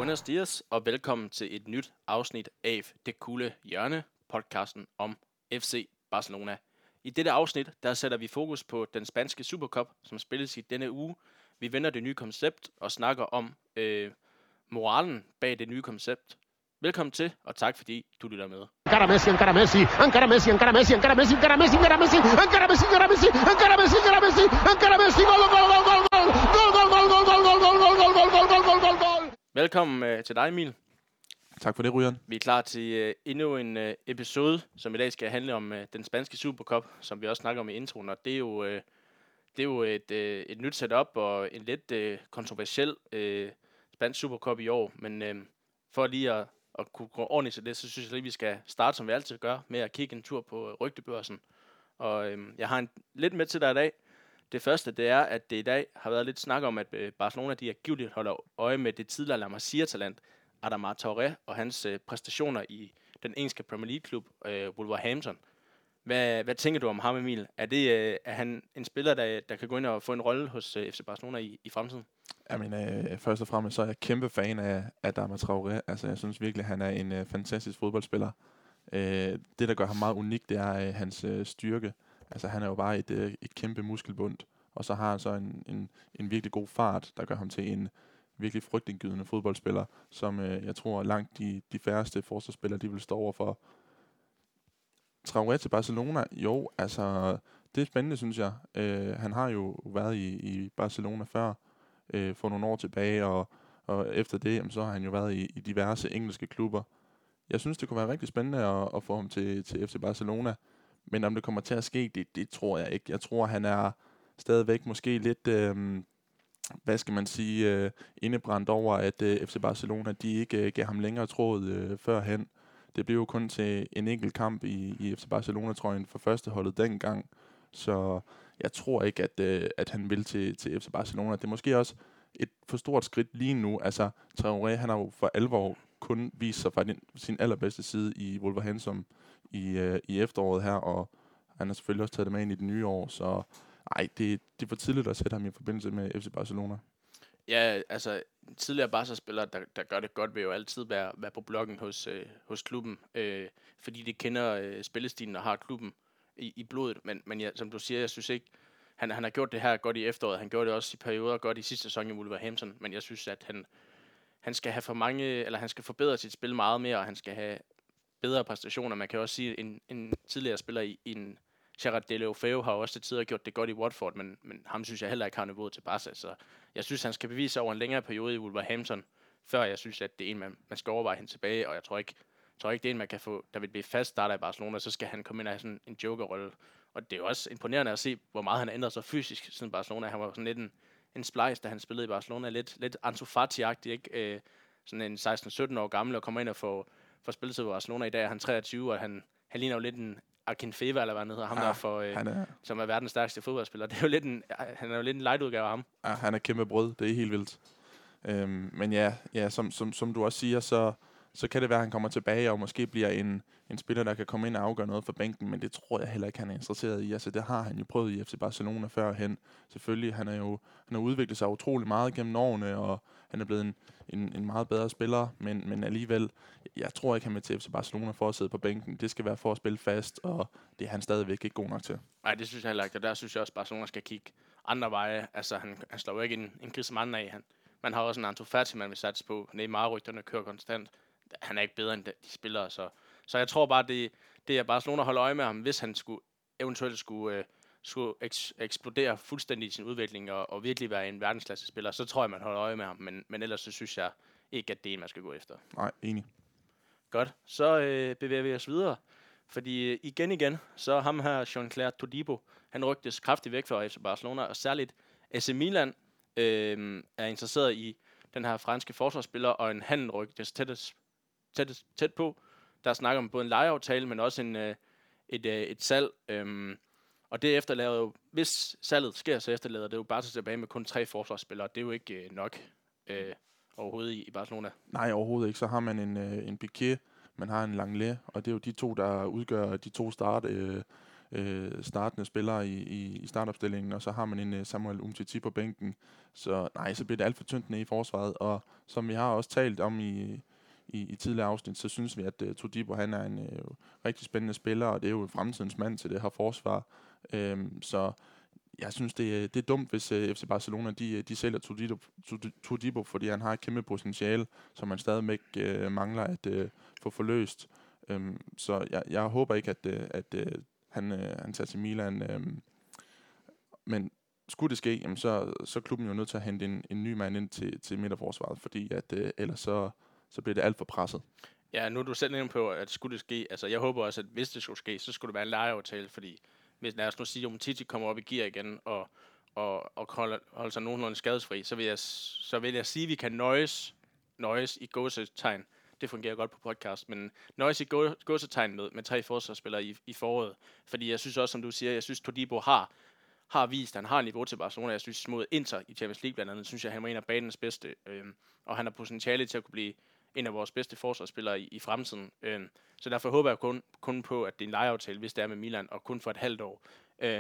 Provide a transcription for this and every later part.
Buenos dias, og velkommen til et nyt afsnit af Det Kulde Hjørne, podcasten om FC Barcelona. I dette afsnit, der sætter vi fokus på den spanske Supercup, som spilles i denne uge. Vi vender det nye koncept og snakker om moralen bag det nye koncept. Velkommen til, og tak fordi du lytter med. Encara Messi, encara Messi, encara Messi, encara Messi, encara Messi, encara Messi, encara Messi, encara Messi, encara Messi, encara Messi, encara Messi, encara Messi, gol, gol, gol, gol, gol, gol, gol, gol, gol, gol, gol, gol, gol, gol, gol, gol, gol, gol. Velkommen til dig, Emil. Tak for det, Ryan. Vi er klar til endnu en episode, som i dag skal handle om den spanske Supercup, som vi også snakker om i introen, og det er jo et nyt setup og en lidt kontroversiel spansk Supercup i år, men for lige at kunne gå ordentligt til det, så synes jeg lige, vi skal starte, som vi altid gør, med at kigge en tur på rygtebørsen. Og jeg har lidt med til dig i dag. Det første, det er, at det i dag har været lidt snak om, at Barcelona, de angiveligt holder øje med det tidligere La Masia-talent, Adama Traoré, og hans præstationer i den engelske Premier League-klub, Wolverhampton. Hvad tænker du om ham, Emil? Er han en spiller, der kan gå ind og få en rolle hos FC Barcelona i fremtiden? Jamen, først og fremmest så er jeg kæmpe fan af Adama Traoré. Altså, jeg synes virkelig, at han er en fantastisk fodboldspiller. Det, der gør ham meget unik, det er hans styrke. Altså, han er jo bare et kæmpe muskelbund, og så har han så en virkelig god fart, der gør ham til en virkelig frygtindgydende fodboldspiller, som jeg tror langt de færreste forsvarsspillere, de vil stå over for. Traoré til Barcelona, jo, altså, det er spændende, synes jeg. Han har jo været i Barcelona før, for nogle år tilbage, og efter det, så har han jo været i diverse engelske klubber. Jeg synes, det kunne være rigtig spændende at få ham til FC Barcelona, men om det kommer til at ske, det tror jeg ikke. Jeg tror, han er stadigvæk måske lidt, hvad skal man sige, indebrændt over, at FC Barcelona, de ikke gav ham længere tråd førhen. Det blev jo kun til en enkelt kamp i FC Barcelona-trøjen for førsteholdet dengang, så jeg tror ikke, at han vil til FC Barcelona. Det er måske også et for stort skridt lige nu. Altså, Traoré, han har jo for alvor kun vist sig fra sin allerbedste side i Wolverhampton i efteråret her, og han har selvfølgelig også taget det med ind i det nye år, så det er for tidligt at sætte ham i forbindelse med FC Barcelona. Ja, altså tidligere Barca-spillere, der gør det godt, vil jo altid være på blokken hos klubben, fordi de kender spillestilen og har klubben i blodet, men ja, som du siger, jeg synes ikke, han har gjort det her godt i efteråret, han gjorde det også i perioder godt i sidste sæson i Wolverhampton, men jeg synes, at han skal have han skal forbedre sit spil meget mere, og han skal have bedre præstationer. Man kan også sige, at en tidligere spiller i en Gerard Deulofeu har også til tider gjort det godt i Watford, men ham synes jeg heller ikke har niveauet til Barca, så jeg synes, han skal bevise sig over en længere periode i Wolverhampton, før jeg synes, at det er en, man skal overveje hende tilbage, og jeg tror ikke, det er en, man kan få, der vil blive fast starter i Barcelona, så skal han komme ind og have sådan en jokerrolle. Og det er jo også imponerende at se, hvor meget han har ændret sig fysisk siden Barcelona. Han var sådan lidt en splice, da han spillede i Barcelona, lidt Ansu Fati-agtig, ikke? Sådan en 16-17 år gammel, og kommer ind og får spillet til Barcelona i dag, er han 23, og han ligner jo lidt en Akinfeva, eller hvad han hedder, ham der som er verdens stærkeste fodboldspiller. Det er jo lidt han er jo lidt en light-udgave af ham. Ja, han er kæmpe brød, det er helt vildt. Men ja, som du også siger, så kan det være, at han kommer tilbage og måske bliver en spiller, der kan komme ind og afgøre noget for bænken, men det tror jeg heller ikke, han er interesseret i. Altså, det har han jo prøvet i FC Barcelona førhen. Selvfølgelig, han har udviklet sig utrolig meget gennem årene, og han er blevet en meget bedre spiller, men alligevel, jeg tror ikke, han er til FC Barcelona for at sidde på bænken. Det skal være for at spille fast, og det er han stadigvæk ikke god nok til. Nej, det synes jeg heller ikke, og der synes jeg også, at Barcelona skal kigge andre veje. Altså, han slår jo ikke en Griezmann af. Man har også en Ansu Fati, man vil satse på. Neymar-rygterne kører konstant. Han er ikke bedre end de spillere, så jeg tror bare, det er Barcelona holder øje med ham, hvis han eventuelt skulle eksplodere fuldstændig i sin udvikling og virkelig være en verdensklasse spiller, så tror jeg, man holder øje med ham, men ellers så synes jeg ikke, at det er en, man skal gå efter. Nej, enig. Godt, så bevæger vi os videre, fordi igen, så ham her, Jean-Claire Todibo, han rygtes kraftigt væk fra FC Barcelona, og særligt AC Milan er interesseret i den her franske forsvarsspiller, og en handelryg, det er tæt på. Der snakker om både en lejeaftale, men også et salg. Og det efterlader jo, hvis salget sker, så efterlader det jo bare tilbage med kun 3 forsvarsspillere. Det er jo ikke nok overhovedet i Barcelona. Nej, overhovedet ikke. Så har man en Piqué, man har en Langlais, og det er jo de to, der udgør de to startende spillere i startopstillingen, og så har man en Samuel Umtiti på bænken. Så nej, så bliver det alt for tyndt nede i forsvaret, og som vi har også talt om i tidligere afsnit, så synes vi, at Todibo, han er en rigtig spændende spiller, og det er jo fremtidens mand til det her forsvar. Så jeg synes, det er dumt, hvis FC Barcelona de sælger Todibo, fordi han har et kæmpe potentiale, som man stadigvæk mangler at få forløst. Så jeg håber ikke, at han tager til Milan. Men skulle det ske, jamen så er klubben jo nødt til at hente en ny mand ind til midterforsvaret, fordi at ellers så bliver det alt for presset. Ja, nu er du selv inde på, at skulle det ske, altså jeg håber også, at hvis det skulle ske, så skulle det være en lejeaftale, fordi hvis lad os nu sige, at Titi kommer op i gear igen, og holder sig nogenlunde skadesfri, så vil jeg sige, at vi kan nøjes i gåsetegn. Det fungerer godt på podcast, men nøjes i gåsetegn med 3 forsvarsspillere i foråret. Fordi jeg synes også, som du siger, jeg synes, Todibo har vist, han har niveau til Barcelona. Jeg synes, mod Inter i Champions League blandt andet, synes jeg, han er en af banens bedste. Og han har potentiale til at kunne blive en af vores bedste forsvarsspillere i fremtiden. Så derfor håber jeg kun på, at det er en lejeaftale, hvis det er med Milan, og kun for et halvt år.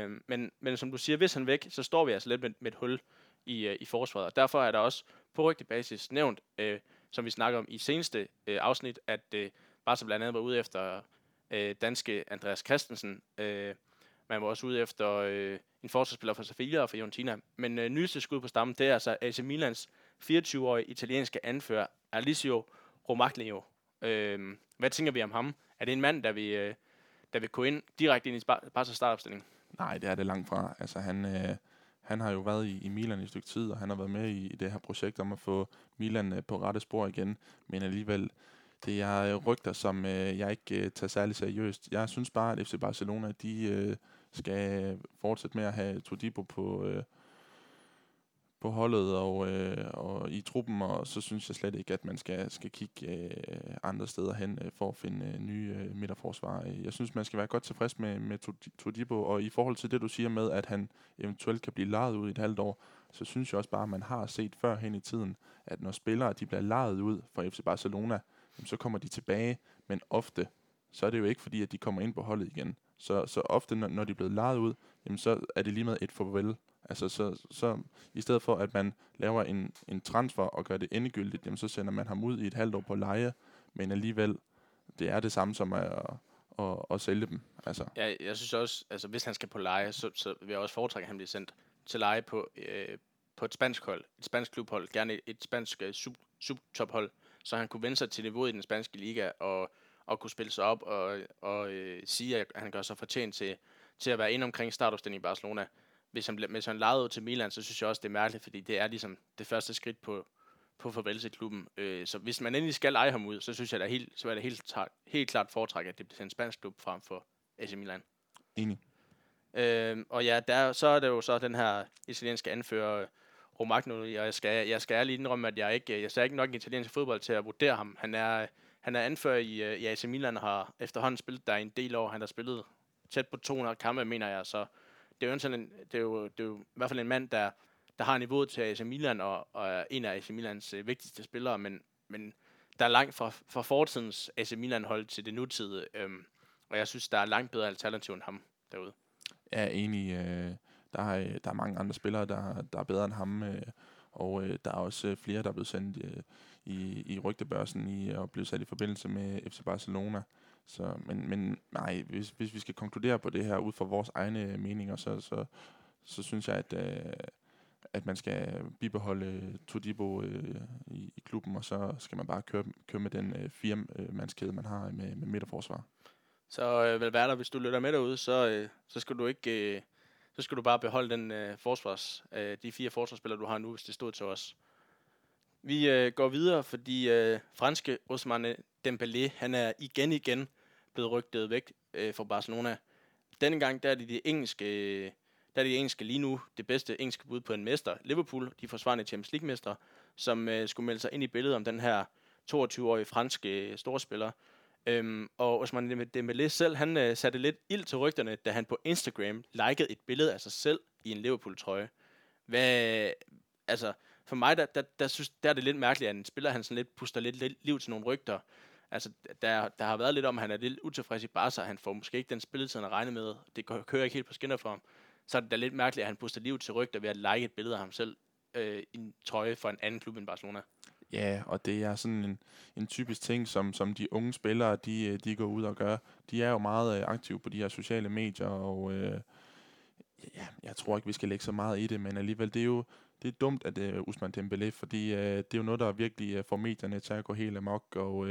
Men som du siger, hvis han er væk, så står vi altså lidt med et hul i forsvaret. Og derfor er der også på rygtebasis nævnt, som vi snakker om i seneste afsnit, at Barca blandt andet var ude efter danske Andreas Christensen. Man var også ude efter en forsvarsspiller fra Sevilla og fra Fiorentina. Men nyeste skud på stammen, det er altså AC Milans 24-årige italienske anfører, Alessio Romagnoli. Hvad tænker vi om ham? Er det en mand, der vil gå ind direkte ind i Barca's startopstilling? Nej, det er det langt fra. Altså han har jo været i Milan i et stykke tid, og han har været med i det her projekt om at få Milan på rette spor igen. Men alligevel, det er rygter, som jeg ikke tager særlig seriøst. Jeg synes bare, at FC Barcelona, de skal fortsætte med at have Todibo på holdet og i truppen, og så synes jeg slet ikke, at man skal kigge andre steder hen for at finde nye midterforsvar. Jeg synes, man skal være godt tilfreds med Todibo, og i forhold til det, du siger med, at han eventuelt kan blive lejet ud i et halvt år, så synes jeg også bare, at man har set før hen i tiden, at når spillere de bliver lejet ud fra FC Barcelona, så kommer de tilbage, men ofte, så er det jo ikke fordi, at de kommer ind på holdet igen. Så ofte, når de er blevet lejet ud, jamen, så er det lige med et farvel. Altså, så i stedet for, at man laver en transfer og gør det endegyldigt, jamen, så sender man ham ud i et halvt år på leje, men alligevel, det er det samme som at sælge dem. Altså. Ja, jeg synes også, altså hvis han skal på leje, så vil jeg også foretrække, at han bliver sendt til leje på et spansk hold, et spansk klubhold, gerne et spansk subtophold, så han kunne vende sig til niveauet i den spanske liga og kunne spille sig op og sige, at han gør sig fortjent til at være inde omkring startopstillingen i Barcelona. Hvis han lejede ud til Milan, så synes jeg også, det er mærkeligt, fordi det er ligesom det første skridt på farvel til klubben. Så hvis man endelig skal eje ham ud, så synes jeg, at så er det helt klart foretræk, at det bliver en spansk klub frem for AC Milan. Enig. Og ja, så er det jo så den her italienske anfører Romagnoli, og jeg skal ærligt indrømme, at jeg ser ikke nok italiensk fodbold til at vurdere ham. Han er anfører i AC Milan og har efterhånden spillet der i en del år. Han har spillet tæt på 200 kampe, mener jeg, så det er jo i hvert fald en mand, der har niveauet til AC Milan og er en af AC Milans vigtigste spillere, men der er langt fra fortidens AC Milan-hold til det nutidige, og jeg synes, der er langt bedre alternativ end ham derude. Jeg er enig. Der er mange andre spillere, der er bedre end ham, og der er også flere, der er blevet sendt i rygtebørsen og blevet sat i forbindelse med FC Barcelona. Så, men nej, hvis vi skal konkludere på det her ud fra vores egne meninger, så synes jeg, at man skal bibeholde Todibo i klubben, og så skal man bare køre med den 4-mandskæde, man har med midterforsvar. Så Valverde, hvis du lytter med derude, så skal du ikke... Så skal du bare beholde den de 4 forsvarsspillere, du har nu, hvis det stod til os. Vi går videre, fordi franske Ousmane Dembélé, han er igen blevet rygtet væk fra Barcelona. Denne gang, der er de engelske lige nu det bedste engelske bud på en mester. Liverpool, de forsvarende Champions League-mestre, som skulle melde sig ind i billedet om den her 22-årige franske storspiller. Og Ousmane Dembélé selv, han satte lidt ild til rygterne, da han på Instagram likede et billede af sig selv i en Liverpool-trøje. Altså, for mig, der er det lidt mærkeligt, at en spiller, han sådan lidt puster lidt liv til nogle rygter. Altså, der har været lidt om, at han er lidt utilfreds i Barca, han får måske ikke den spilletid, han har regnet med. Det kører ikke helt på skinner for ham. Så er det da lidt mærkeligt, at han puster liv til rygter ved at like et billede af ham selv i en trøje for en anden klub end Barcelona. Ja, og det er sådan en typisk ting, som de unge spillere, de går ud og gør. De er jo meget aktive på de her sociale medier, og jeg tror ikke, vi skal lægge så meget i det, men alligevel, det er dumt, at Ousmane Dembélé, fordi det er jo noget, der virkelig får medierne til at gå helt amok, og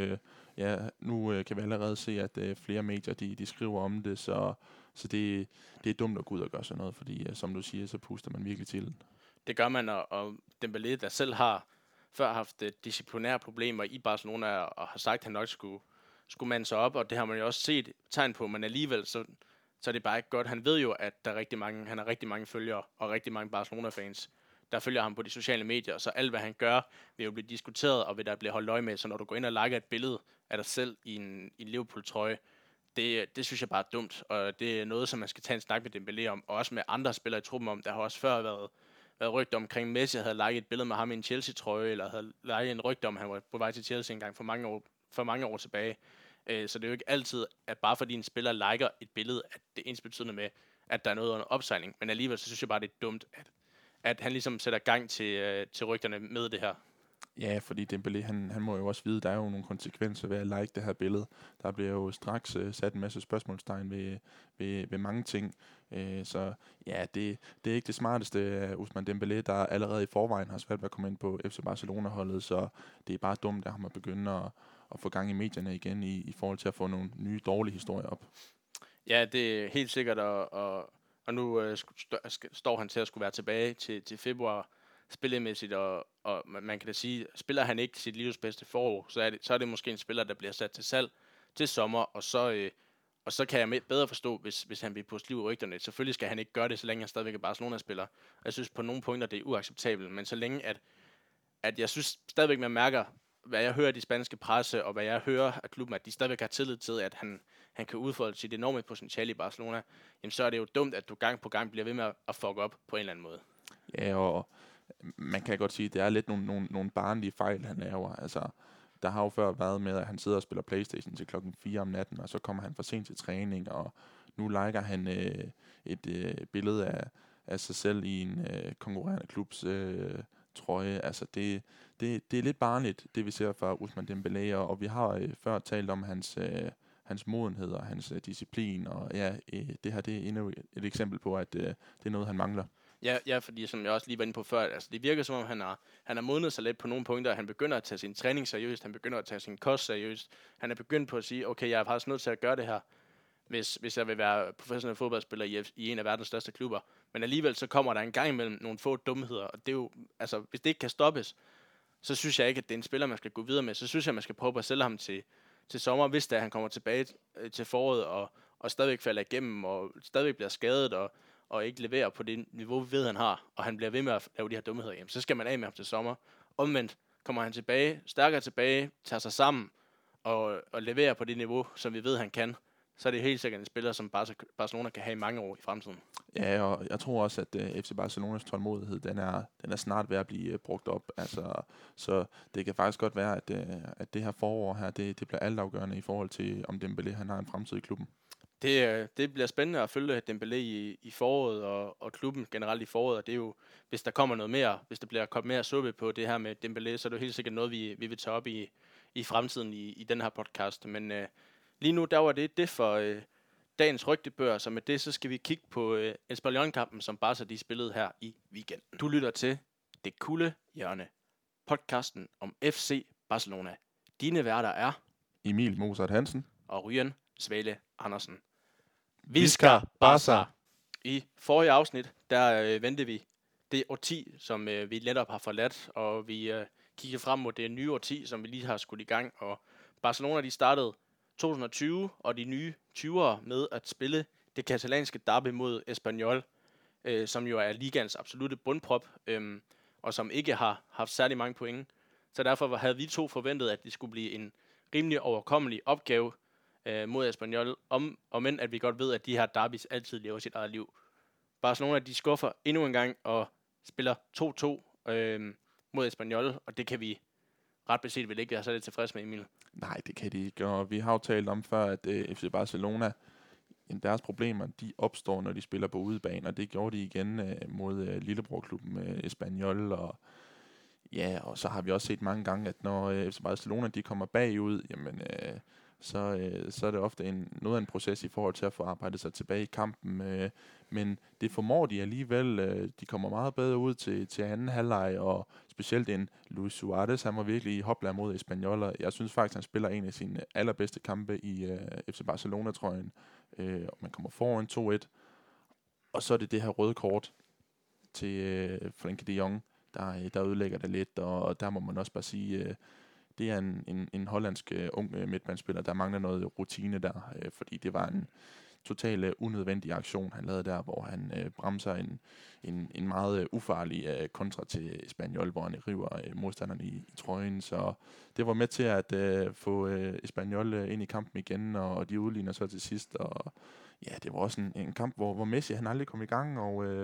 nu kan vi allerede se, at flere medier, de skriver om det, så det er dumt at gå ud og gøre sådan noget, fordi som du siger, så puster man virkelig til. Det gør man, og Dembélé, der selv har før haft disciplinære problemer i Barcelona, og har sagt, at han nok skulle mande sig op, og det har man jo også set tegn på, men alligevel, så er det bare ikke godt. Han ved jo, at han har rigtig mange følgere, og rigtig mange Barcelona-fans, der følger ham på de sociale medier, så alt, hvad han gør, vil jo blive diskuteret, og vil der blive holdt øje med, så når du går ind og liker et billede af dig selv i en Liverpool-trøje, det synes jeg bare er dumt, og det er noget, som man skal tage en snak med Dembélé om, og også med andre spillere i truppen om. Der har også før været rygter omkring Messi havde liket et billede med ham i en Chelsea-trøje, eller havde liket en rygte om, han var på vej til Chelsea engang for mange år tilbage. Så det er jo ikke altid, at bare fordi en spiller liker et billede, at det er ensbetydende med, at der er noget under opsejling. Men alligevel, så synes jeg bare, det er dumt, at han ligesom sætter gang til rygterne med det her. Ja, fordi Dembélé, han må jo også vide, at der er jo nogle konsekvenser ved at like det her billede. Der bliver jo straks sat en masse spørgsmålstegn ved mange ting. Så ja, det er ikke det smarteste af Ousmane Dembélé, der allerede i forvejen har svært ved at komme ind på FC Barcelona-holdet. Så det er bare dumt, at han må begynde at få gang i medierne igen i forhold til at få nogle nye dårlige historier op. Ja, det er helt sikkert, og nu står han til at skulle være tilbage til februar spillemæssigt, og man kan da sige, spiller han ikke sit livs bedste forår, så er det måske en spiller, der bliver sat til salg til sommer, og så kan jeg bedre forstå, hvis han vil puste liv i rygterne. Selvfølgelig skal han ikke gøre det, så længe han stadigvæk er Barcelona-spiller. Jeg synes på nogle punkter, det er uacceptabelt, men så længe, at jeg synes stadigvæk, man mærker, hvad jeg hører af de spanske presse, og hvad jeg hører af klubben, at de stadigvæk har tillid til, at han kan udfolde sit enorme potentiale i Barcelona, jamen så er det jo dumt, at du gang på gang bliver ved med at fuck op på en eller anden måde. Ja, og man kan godt sige, at det er lidt nogle barnlige fejl, han laver. Altså, der har jo før været med, at han sidder og spiller PlayStation til klokken 4 om natten, og så kommer han for sent til træning, og nu liker han et billede af sig selv i en konkurrerende klubs trøje. Altså, det er lidt barnligt, det vi ser fra Ousmane Dembélé, og vi har før talt om hans modenhed og hans disciplin, og ja, det her det er endnu et eksempel på, at det er noget, han mangler. Ja, fordi som jeg også lige var inde på før, altså det virker som om, han har modnet sig lidt på nogle punkter. Han begynder at tage sin træning seriøst, han begynder at tage sin kost seriøst. Han er begyndt på at sige, okay, jeg er faktisk nødt til at gøre det her, hvis jeg vil være professionel fodboldspiller i en af verdens største klubber. Men alligevel så kommer der en gang imellem nogle få dumheder, og det er jo, altså hvis det ikke kan stoppes, så synes jeg ikke, at det er en spiller, man skal gå videre med. Så synes jeg, man skal prøve at sælge ham til sommer, hvis han kommer tilbage til foråret og stadigvæk falder igennem, og stadigvæk bliver skadet, og ikke leverer på det niveau, vi ved, han har, og han bliver ved med at lave de her dumheder, jamen, så skal man af med ham til sommer. Omvendt kommer han stærkere tilbage, tager sig sammen, og leverer på det niveau, som vi ved, han kan, så er det helt sikkert en spiller, som Barcelona kan have i mange år i fremtiden. Ja, og jeg tror også, at FC Barcelonas tålmodighed, den er snart ved at blive brugt op. Altså, så det kan faktisk godt være, at det her forår her, det bliver altafgørende i forhold til, om Dembélé han har en fremtid i klubben. Det bliver spændende at følge Dembélé i foråret, og klubben generelt i foråret, og det er jo, hvis der kommer noget mere, hvis der bliver kommet mere suppe på det her med Dembélé, så er det jo helt sikkert noget, vi vil tage op i fremtiden i den her podcast. Men lige nu, der var det for dagens rygtebør, så med det, så skal vi kigge på Espanyol-kampen, som Barca de spillede her i weekenden. Du lytter til Det Kulde Hjørne, podcasten om FC Barcelona. Dine værter er Emil Mozart Hansen og Ryan Svale Andersen. Visca Barca! I forrige afsnit, der vendte vi det årti, som vi netop har forladt, og vi kiggede frem mod det nye årti, som vi lige har skudt i gang. Og Barcelona, de startede 2020, og de nye 20'ere med at spille det katalanske derby mod Espanyol, som jo er ligaens absolutte bundprop, og som ikke har haft særlig mange point. Så derfor havde vi to forventet, at det skulle blive en rimelig overkommelig opgave mod Espanyol, om end at vi godt ved, at de her derbys altid lever sit eget liv. Barcelona, de skuffer endnu en gang og spiller 2-2 mod Espanyol, og det kan vi ret beset vil ikke være så lidt tilfreds med, Emil. Nej, det kan de ikke, og vi har jo talt om før, at FC Barcelona, deres problemer, de opstår, når de spiller på udebane, og det gjorde de igen mod lillebrorklubben Espanyol, og så har vi også set mange gange, at når FC Barcelona, de kommer bagud, jamen, så er det ofte noget af en proces i forhold til at få arbejdet sig tilbage i kampen, men det formår de alligevel. De kommer meget bedre ud til anden halvleg, og specielt en Luis Suarez, han var virkelig i hopla mod Espanyol, og jeg synes faktisk, han spiller en af sine allerbedste kampe i FC Barcelona-trøjen. Man kommer foran 2-1, og så er det her røde kort til Frenkie de Jong, der ødelægger det lidt, og der må man også bare sige, det er en hollandsk ung midtbanespiller, der mangler noget rutine der, fordi det var en totalt unødvendig aktion, han lavede der, hvor han bremser en meget ufarlig kontra til Espanyol, hvor han river modstanderne i trøjen, så det var med til at få Espanyol ind i kampen igen, og de udligner så til sidst, og ja, det var også en kamp, hvor Messi han aldrig kom i gang,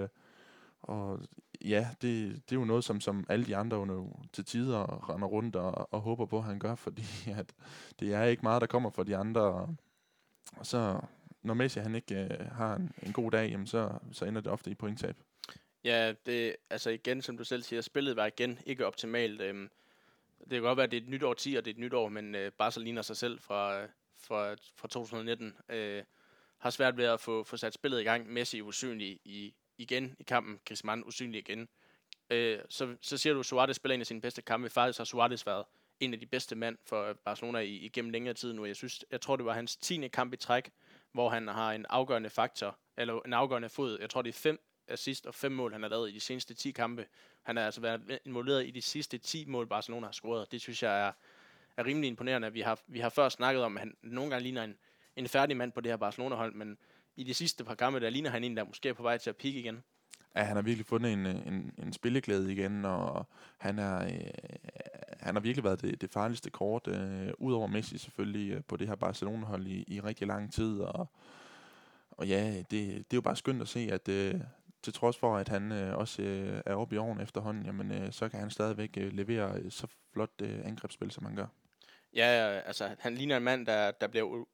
og ja, det er jo noget, som alle de andre til tider render rundt og håber på, at han gør, fordi at det er ikke meget, der kommer fra de andre. Og så, når Messi han ikke har en god dag, jamen så ender det ofte i pointtab. Ja, altså igen, som du selv siger, spillet var igen ikke optimalt. Det kan godt være, at det er et nyt årti, og det er et nyt år, men Barca ligner sig selv fra 2019. Har svært ved at få sat spillet i gang. Messi usynlig igen i kampen, Griezmann usynlig igen. Så siger du, Suarez spiller en af sine bedste kampe. Faktisk har Suarez været en af de bedste mænd for Barcelona igennem længere tid nu. Jeg tror, det var hans 10. kamp i træk, hvor han har en afgørende faktor, eller en afgørende fod. Jeg tror, det er 5 assist og 5 mål, han har lavet i de seneste 10 kampe. Han har altså været involveret i de sidste 10 mål, Barcelona har scoret. Det synes jeg er rimelig imponerende. Vi har før snakket om, at han nogle gange ligner en færdig mand på det her Barcelona-hold, men i de sidste par kampe, der ligner han en, der måske er på vej til at peak igen. Ja, han har virkelig fundet en spilleglæde igen, og han har virkelig været det farligste kort, udover Messi selvfølgelig, på det her Barcelona-hold i rigtig lang tid, og ja, det er jo bare skønt at se, at til trods for, at han også er oppe i åren efterhånden, jamen så kan han stadigvæk levere så flot angrebsspil, som han gør. Ja, altså han ligner en mand, der bliver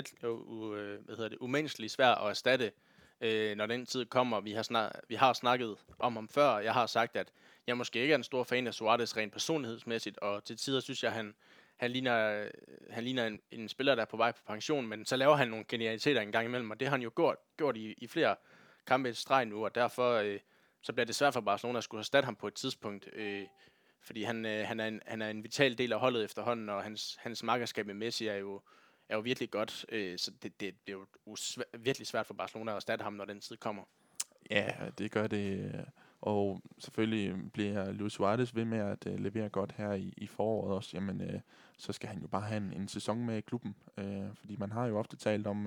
umenneskeligt svær at erstatte, når den tid kommer. Vi har snakket om ham før. Jeg har sagt, at jeg måske ikke er en stor fan af Suarez rent personlighedsmæssigt, og til tider synes jeg, han ligner en spiller, der er på vej på pension, men så laver han nogle genialiteter en gang imellem, og det har han jo gjort i flere kampe i streg nu, og derfor så bliver det svært for Barcelona at skulle erstatte ham på et tidspunkt, fordi han er en vital del af holdet efterhånden, og hans makkerskab med Messi er jo virkelig godt, så det er jo virkelig svært for Barcelona at erstatte ham, når den tid kommer. Ja, det gør det, og selvfølgelig bliver Luis Suarez ved med at levere godt her i foråret også, jamen så skal han jo bare have en sæson med i klubben, fordi man har jo ofte talt om,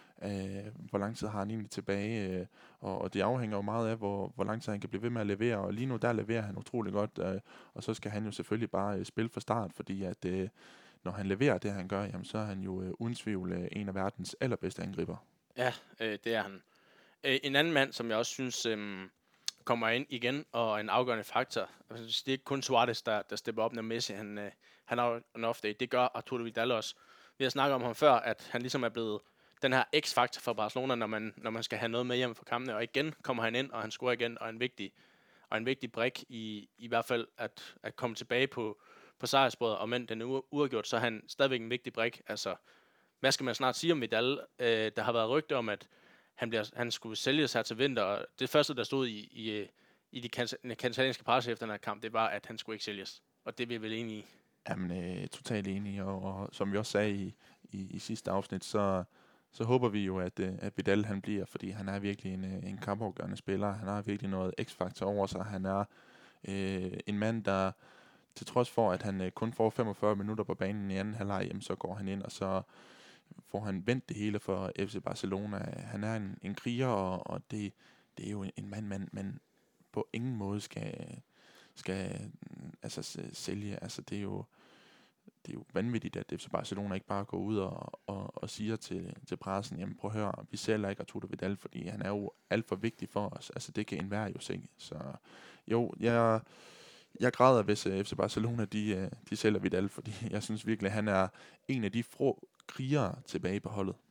hvor lang tid har han egentlig tilbage, og det afhænger jo meget af, hvor lang tid han kan blive ved med at levere, og lige nu der leverer han utrolig godt, og så skal han jo selvfølgelig bare spille fra start, fordi at når han leverer det, han gør, jamen, så er han jo uden tvivl en af verdens allerbedste angriber. Ja, det er han. En anden mand, som jeg også synes kommer ind igen, og en afgørende faktor. Det er ikke kun Suarez, der stepper op, når Messi han har en off day. Det gør Arturo Vidal også. Vi har snakket om ham før, at han ligesom er blevet den her x-faktor for Barcelona, når man skal have noget med hjem fra kampene. Og igen kommer han ind, og han scorer igen, og en vigtig brik i hvert fald at komme tilbage på sejrsbordet, og men den er uafgjort, så er han stadigvæk en vigtig brik. Altså, hvad skal man snart sige om Vidal? Der har været rygter om, at han skulle sælges her til vinter, og det første, der stod i de katalanske presse efter den her kamp, det var, at han skulle ikke sælges. Og det er vi vel enige i. Jamen, totalt enige, og som vi også sagde i sidste afsnit, så håber vi jo, at Vidal han bliver, fordi han er virkelig en kampafgørende spiller. Han har virkelig noget x-faktor over sig. Han er en mand, der til trods for, at han kun får 45 minutter på banen i anden halvleg, jamen, så går han ind, og så får han vendt det hele for FC Barcelona. Han er en kriger, og det er jo en mand, man på ingen måde skal sælge. Altså, det er jo vanvittigt, at FC Barcelona ikke bare går ud og siger til pressen, jamen prøv at høre, vi sælger ikke Arturo Vidal, fordi han er jo alt for vigtig for os. Altså, det kan enhver jo se. Så jo, Jeg græder, hvis FC Barcelona de sælger Vidal, fordi jeg synes virkelig, at han er en af de krigere tilbage på holdet.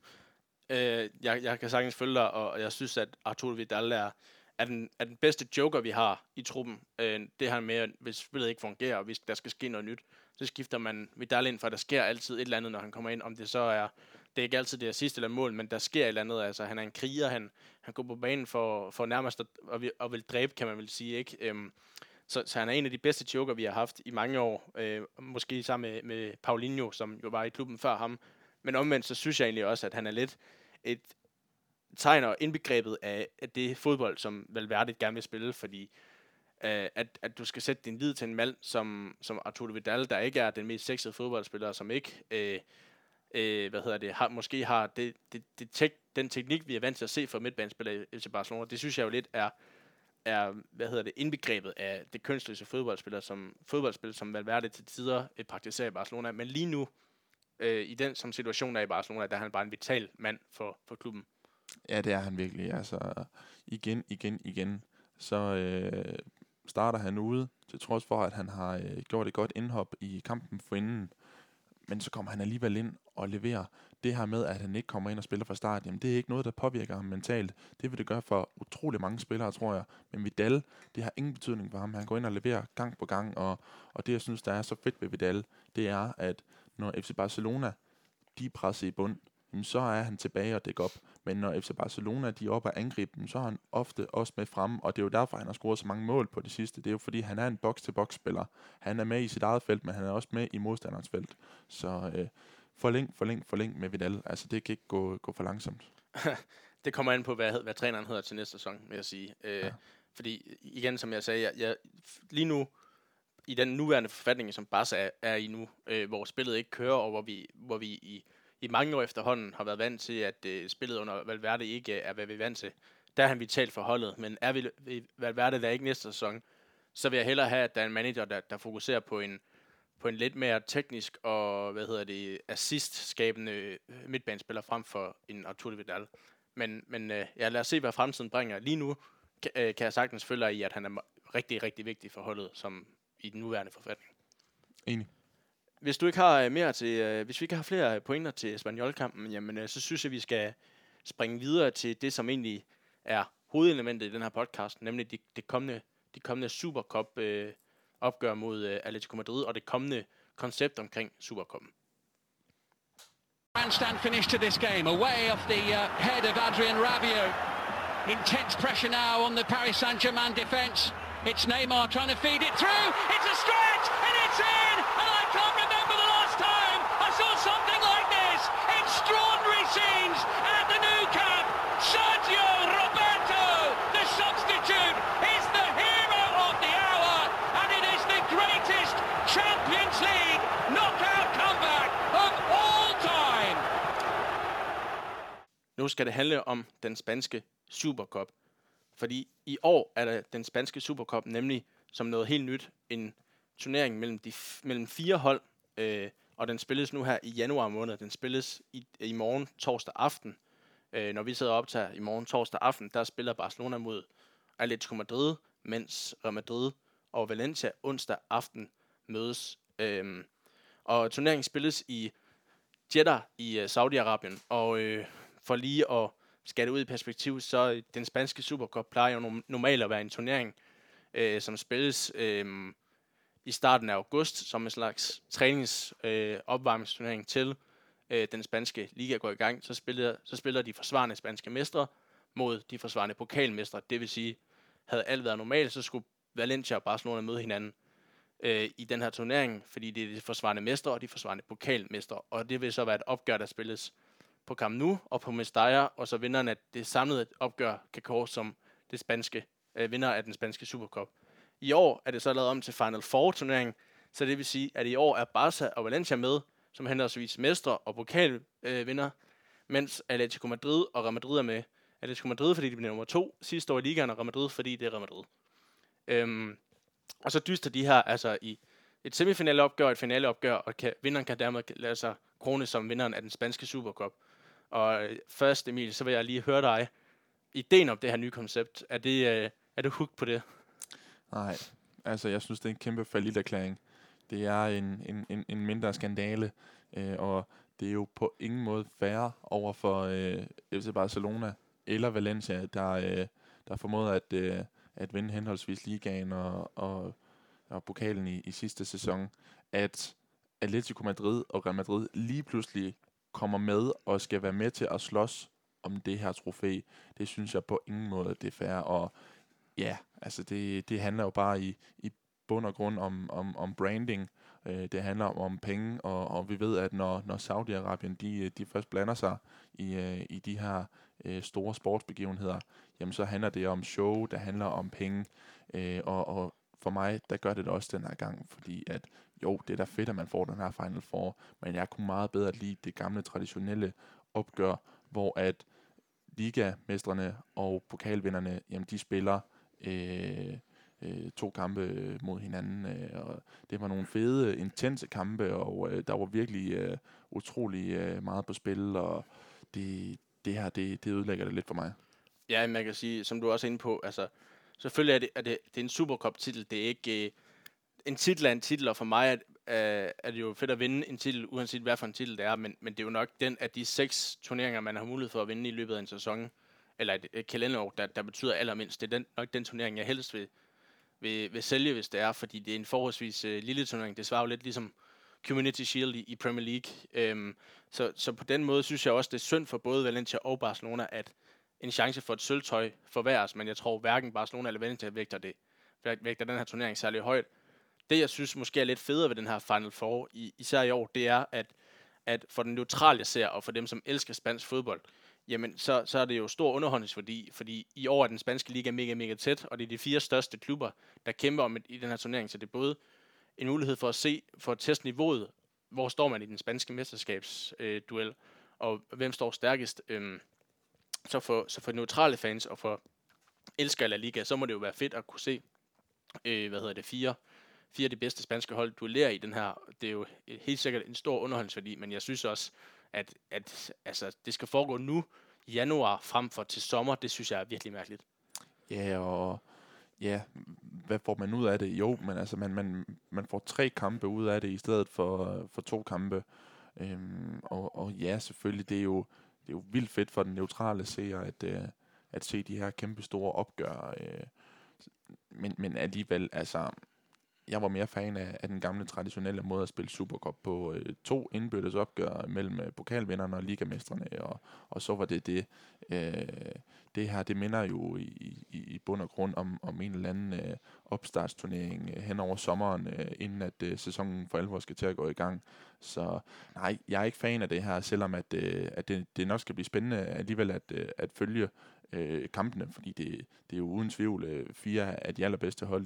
Jeg kan sagtens følge dig, og jeg synes, at Arturo Vidal er den bedste joker, vi har i truppen. Det her med, at hvis spillet ikke fungerer, og hvis der skal ske noget nyt, så skifter man Vidal ind, for der sker altid et eller andet, når han kommer ind. Om det så er, det er ikke altid det er sidste eller mål, men der sker et eller andet. Altså, han er en kriger, han går på banen for nærmest at vil dræbe, kan man vel sige, ikke? Så han er en af de bedste joker, vi har haft i mange år. Måske sammen med Paulinho, som jo var i klubben før ham. Men omvendt, så synes jeg egentlig også, at han er lidt et tegn og indbegrebet af det fodbold, som Valverde gerne vil spille, fordi at du skal sætte din lid til en mand som Arturo Vidal, der ikke er den mest sexede fodboldspiller, som ikke måske har den teknik, vi er vant til at se fra midtbanespillere i FC Barcelona. Det synes jeg jo lidt er indbegrebet af det kønsløse fodboldspil, som Valverde til tider praktiserer i Barcelona. Men lige nu, i den som situation er i Barcelona, der er han bare en vital mand for klubben. Ja, det er han virkelig. Altså, igen. Så starter han ude, til trods for, at han har gjort et godt indhop i kampen forinden. Men så kommer han alligevel ind og leverer. Det her med, at han ikke kommer ind og spiller fra start, jamen det er ikke noget, der påvirker ham mentalt. Det vil det gøre for utrolig mange spillere, tror jeg. Men Vidal, det har ingen betydning for ham. Han går ind og leverer gang på gang, og det, jeg synes, der er så fedt ved Vidal, det er, at når FC Barcelona, de er presset i bund, så er han tilbage og dækker op. Men når FC Barcelona, de er oppe og angriber, så er han ofte også med frem, og det er jo derfor, han har scoret så mange mål på det sidste. Det er jo fordi, han er en box-til-box-spiller. Han er med i sit eget felt, men han er også med i modstanderens felt. Så forlæng med Vidal. Altså, det kan ikke gå for langsomt. Det kommer an på, hvad træneren hedder til næste sæson, vil jeg sige. Fordi, igen, som jeg sagde, jeg lige nu, i den nuværende forfatning, som Barca er i nu, hvor spillet ikke kører, og hvor vi i mange år efterhånden har været vant til, at spillet under Valverde ikke er, hvad vi er vant til. Der er han vitalt for holdet, men er vi Valverde der ikke næste sæson, så vil jeg hellere have, at der er en manager, der fokuserer på en lidt mere teknisk og, assist-skabende midtbanespiller frem for en Arturo Vidal. Men lad os se, hvad fremtiden bringer. Lige nu kan jeg sagtens følge i, at han er rigtig, rigtig vigtig for holdet, som i den nuværende forfatning. Enig. Hvis du ikke har mere til, hvis vi ikke har flere pointer til Espanyol-kampen, jamen så synes jeg, vi skal springe videre til det, som egentlig er hovedelementet i den her podcast, nemlig det kommende Supercup opgør mod Atletico Madrid og det kommende koncept omkring Supercuppen. Grandstand finish to this game, away off the head of Adrien Rabiot. Intense pressure now on the Paris Saint-Germain defense. It's Neymar trying to feed it through. It's a stretch and it's in. And I can't remember the last time I saw something like this. Extraordinary scenes at the Nou Camp. Sergio Roberto, the substitute, is the hero of the hour, and it is the greatest Champions League knockout comeback of all time. Nu skal det handle om den spanske Supercup. Fordi i år er der den spanske Supercup nemlig som noget helt nyt en turnering mellem 4 hold, og den spilles nu her i januar måned. Den spilles i morgen torsdag aften. Når vi sidder og optager i morgen torsdag aften, der spiller Barcelona mod Atletico Madrid, mens Real Madrid og Valencia onsdag aften mødes. Og turneringen spilles i Jeddah i Saudi-Arabien, og for lige at skal det ud i perspektiv, så den spanske Supercup plejer jo normalt at være en turnering, som spilles i starten af august, som en slags opvarmningsturnering til den spanske liga går i gang. Så spiller de forsvarende spanske mestre mod de forsvarende pokalmestre. Det vil sige, havde alt været normalt, så skulle Valencia og Barcelona møde hinanden i den her turnering, fordi det er de forsvarende mestre og de forsvarende pokalmestre. Og det vil så være et opgør, der spilles på Camp Nou og på Mestalla, og så vinderen af det samlede opgør kan kåres som det spanske vinder af den spanske Supercup. I år er det så lavet om til Final Four turnering, så det vil sige, at i år er Barca og Valencia med, som henholdsvis mestre og pokalvinder, mens Atletico Madrid og Real Madrid er med. Atletico Madrid, fordi de blev nummer 2 sidste år i ligaen, og Real Madrid, fordi det er Real Madrid. Og så dyster de her altså i et semifinaleopgør og et finaleopgør, og vinderen kan dermed lade sig krone som vinderen af den spanske Supercup. Og først, Emil, så vil jeg lige høre dig. Ideen om det her nye koncept, er du hooked på det? Nej, Altså, jeg synes, det er en kæmpe falliterklæring. Det er en mindre skandale, og det er jo på ingen måde fair over for FC Barcelona eller Valencia, der formåede at vinde henholdsvis ligaen og pokalen i sidste sæson, at Atletico Madrid og Real Madrid lige pludselig kommer med og skal være med til at slås om det her trofæ. Det synes jeg på ingen måde, det er fair. Og ja, altså det handler jo bare i bund og grund om branding. Det handler om penge, og vi ved, at når Saudi-Arabien de først blander sig i de her store sportsbegivenheder, jamen så handler det om show, der handler om penge, og for mig, der gør det også den her gang, fordi at jo, det er da fedt, at man får den her Final Four, men jeg kunne meget bedre lide det gamle, traditionelle opgør, hvor at ligamestrene og pokalvinderne, jamen de spiller 2 kampe mod hinanden, og det var nogle fede, intense kampe, og der var virkelig utrolig meget på spil, og det her, det ødelægger det lidt for mig. Ja, man kan sige, som du også er inde på, altså selvfølgelig er det en Supercup-titel, det er ikke en titel er en titel, og for mig er det jo fedt at vinde en titel, uanset hvad for en titel det er, men det er jo nok den af de 6 turneringer, man har mulighed for at vinde i løbet af en sæson, eller et kalenderår, der betyder allermindst. Det er nok den turnering, jeg helst vil sælge, hvis det er, fordi det er en forholdsvis lille turnering. Det svarer jo lidt ligesom Community Shield i Premier League. Så på den måde synes jeg også, det er synd for både Valencia og Barcelona, at en chance for et sølvtøj forværres, men jeg tror hverken Barcelona eller Valencia vægter den her turnering særlig højt. Det, jeg synes måske er lidt federe ved den her Final Four, især i år, det er, at for den neutrale seer, og for dem, som elsker spansk fodbold, jamen, så er det jo stor underholdningsværdi, fordi i år er den spanske liga mega, mega tæt, og det er de 4 største klubber, der kæmper om i den her turnering, så det er både en mulighed for at teste niveauet, hvor står man i den spanske mesterskabsduel, og hvem står stærkest. Så for neutrale fans og for elskere af La Liga, så må det jo være fedt at kunne se, fire af de bedste spanske hold duellere i den her. Det er jo helt sikkert en stor underholdningsværdi, men jeg synes også, at altså, det skal foregå nu i januar frem for til sommer. Det synes jeg er virkelig mærkeligt. Ja, og ja, hvad får man ud af det? Jo, men altså, man får 3 kampe ud af det, i stedet for 2 kampe. Og ja, selvfølgelig, det er jo vildt fedt for den neutrale seer, at se de her kæmpe store opgør. Men alligevel, altså, jeg var mere fan af den gamle traditionelle måde at spille Supercup på. 2 indbyrdes opgør mellem pokalvinderne og ligamestrene, og så var det. Det her, det minder jo i bund og grund om en eller anden opstartsturnering hen over sommeren, inden at sæsonen for alvor skal til at gå i gang. Så nej, jeg er ikke fan af det her, selvom at det nok skal blive spændende alligevel at følge kampene, fordi det er jo uden tvivl 4 af de allerbedste hold